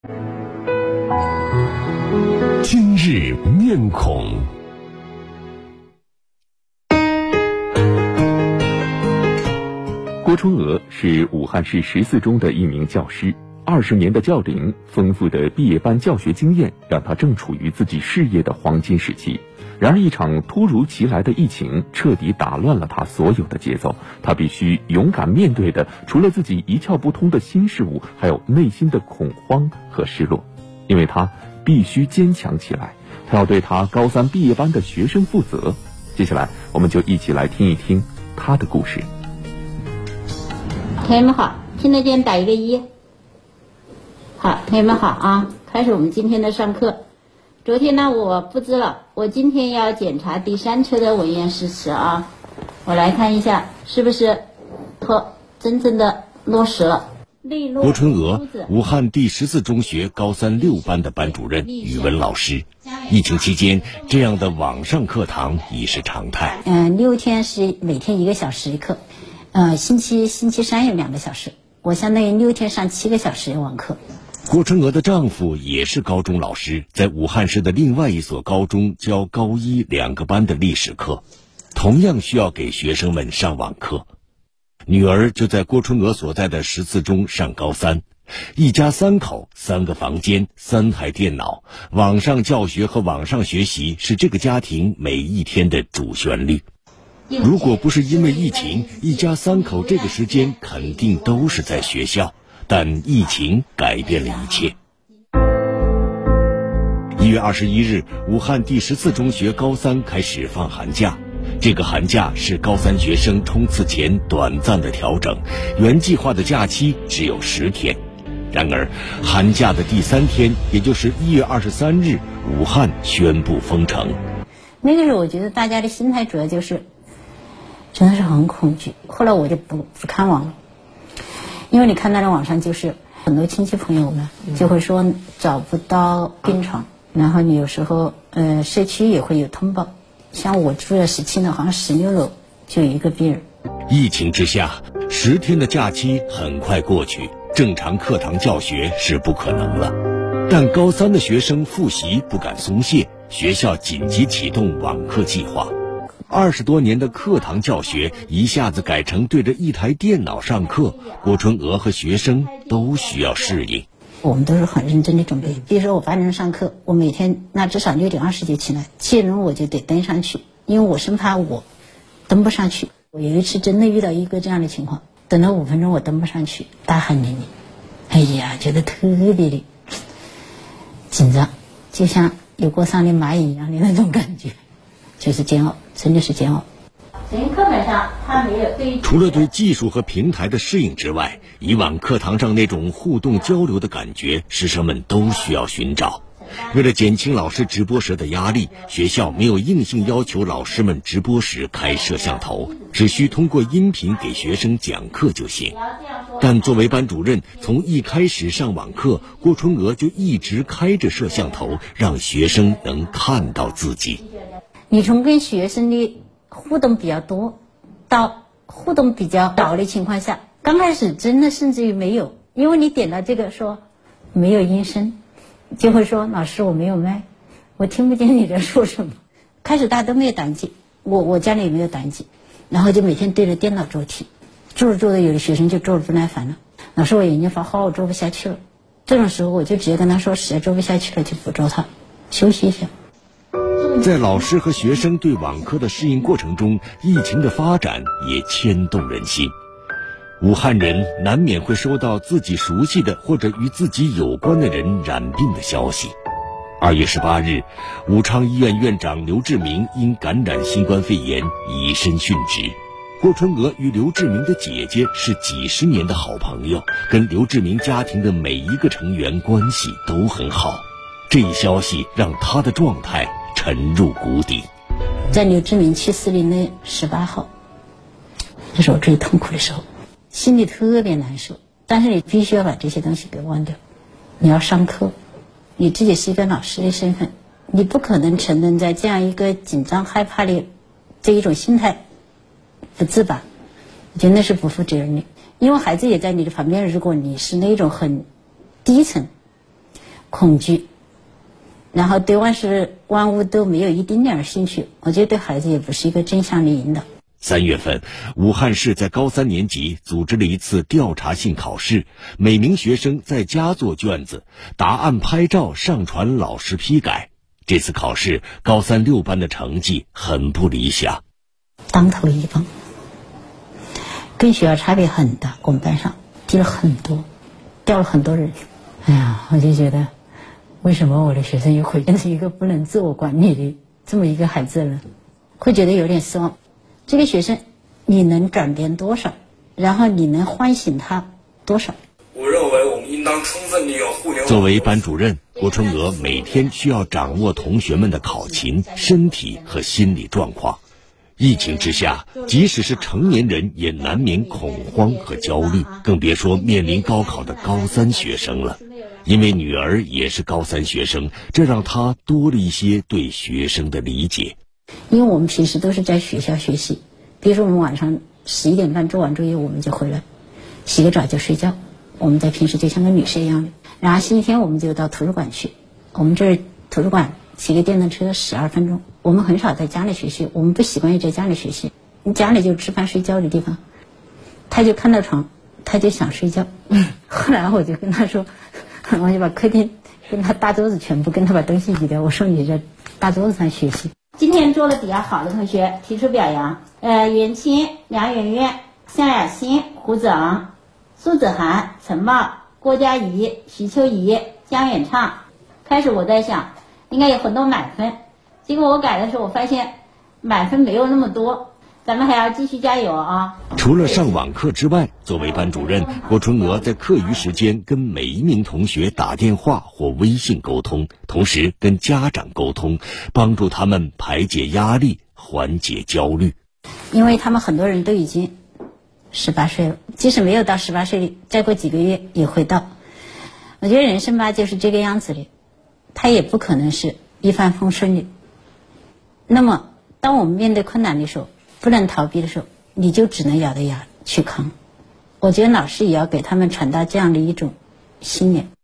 今日面孔。郭春娥是武汉市14中的一名教师，20年的教龄，丰富的毕业班教学经验，让他正处于自己事业的黄金时期。然而，一场突如其来的疫情彻底打乱了他所有的节奏。他必须勇敢面对的，除了自己一窍不通的新事物，还有内心的恐慌和失落。因为他必须坚强起来，他要对他高3毕业班的学生负责。接下来，我们就一起来听一听他的故事。 同学们好，听得见打一个1。好，同学们好啊，开始我们今天的上课。昨天呢我布置了，我今天要检查第3册的文言诗词啊，我来看一下是不是真正的落实了。 郭春娥，武汉第14中学高3 6班的班主任、语文老师。疫情期间，这样的网上课堂已是常态。 6天是每天1个小时一课，星期3有2个小时，我相当于6天上7个小时的网课。 郭春娥的丈夫也是高中老师，在武汉市的另外一所高中教高1 2个班的历史课，同样需要给学生们上网课。女儿就在郭春娥所在的14中上高3，一家3口，3个房间，3台电脑，网上教学和网上学习是这个家庭每一天的主旋律。如果不是因为疫情，一家3口这个时间肯定都是在学校，但疫情改变了一切。1月21日，武汉第14中学高3开始放寒假。这个寒假是高3学生冲刺前短暂的调整，原计划的假期只有10天。然而，寒假的第3天，也就是1月23日，武汉宣布封城。 那个时候，我觉得大家的心态主要就是真的是很恐惧。后来我就不看网了，因为你看到的网上就是很多亲戚朋友们就会说找不到病床，然后你有时候社区也会有通报。像我住的17呢，好像16楼就有一个病人。 疫情之下，10天的假期很快过去，正常课堂教学是不可能了。但高3的学生复习不敢松懈，学校紧急启动网课计划。20多年的课堂教学一下子改成对着一台电脑上课，郭春娥和学生都需要适应。 我们都是很认真的准备，比如说我8点上课，我每天那至少6点20就起来，7点我就得登上去，因为我生怕我登不上去。我有一次真的遇到一个这样的情况，等了5分钟我登不上去，大汗淋漓，哎呀，觉得特别的紧张，就像有过上的蚂蚁一样的那种感觉，就是煎熬，真的是煎熬。课本上它没有除了对技术和平台的适应之外，以往课堂上那种互动交流的感觉，师生们都需要寻找。为了减轻老师直播时的压力，学校没有硬性要求老师们直播时开摄像头，只需通过音频给学生讲课就行。但作为班主任，从一开始上网课，郭春娥就一直开着摄像头，让学生能看到自己。 你从跟学生的互动比较多到互动比较少的情况下，刚开始真的甚至于没有，因为你点到这个说没有音声，就会说老师我没有麦，我听不见你在说什么。开始大家都没有打印机，我家里也没有打印机，然后就每天对着电脑做题，做着做着有的学生就做着不耐烦了，老师我眼睛发花，我做不下去了。这种时候我就直接跟他说实在做不下去了就不做他，休息一下。 在老师和学生对网课的适应过程中，疫情的发展也牵动人心。武汉人难免会收到自己熟悉的或者与自己有关的人染病的消息。2月18日，武昌医院院长刘志明因感染新冠肺炎以身殉职。郭春娥与刘志明的姐姐是几十年的好朋友，跟刘志明家庭的每一个成员关系都很好。这一消息让他的状态沉入谷底。 在刘志明去世的那18号，这是我最痛苦的时候，心里特别难受，但是你必须要把这些东西给忘掉。你要上课，你自己是一个老师的身份，你不可能承认在这样一个紧张害怕的这一种心态不自拔，我觉得那是不负责任的。因为孩子也在你的旁边，如果你是那种很低沉恐惧，然后对万事万物都没有一丁点儿兴趣，我觉得对孩子也不是一个正向的引导。 3月份，武汉市在高3年级组织了一次调查性考试，每名学生在家做卷子，答案拍照上传老师批改。这次考试，高3 6班的成绩很不理想， 当头一棒，跟学校差别很大，我们班上低了很多，掉了很多人。哎呀，我就觉得，为什么我的学生又会变成一个不能自我管理的这么一个孩子呢？会觉得有点失望。这个学生你能转变多少，然后你能唤醒他多少？ 我认为我们应当充分利用互联网。 作为班主任，郭春娥每天需要掌握同学们的考勤、身体和心理状况。疫情之下，即使是成年人也难免恐慌和焦虑，更别说面临高考的高3学生了。因为女儿也是高3学生，这让她多了一些对学生的理解。 因为我们平时都是在学校学习，比如说我们晚上11点半做完作业我们就回来，洗个澡就睡觉，我们在平时就像个女生一样的。然后星期天我们就到图书馆去，我们这图书馆骑个电动车12分钟。我们很少在家里学习，我们不习惯于在家里学习，家里就吃饭睡觉的地方。他就看到床，他就想睡觉。后来我就跟他说，我就把客厅跟他大桌子全部跟他把东西移掉，我说你在大桌子上学习。今天做的比较好的同学提出表扬，袁清、梁媛媛、向雅欣、胡子昂、苏子涵、陈茂、郭佳怡、徐秋怡、江远畅。开始我在想应该有很多满分，结果我改的时候我发现满分没有那么多，咱们还要继续加油啊！ 除了上网课之外，作为班主任，郭春娥在课余时间跟每一名同学打电话或微信沟通，同时跟家长沟通，帮助他们排解压力，缓解焦虑。 因为他们很多人都已经18岁了，即使没有到18岁，再过几个月也会到。我觉得人生吧就是这个样子的，他也不可能是一帆风顺的。那么当我们面对困难的时候，不能逃避的时候，你就只能咬着牙去扛。我觉得老师也要给他们传达这样的一种信念。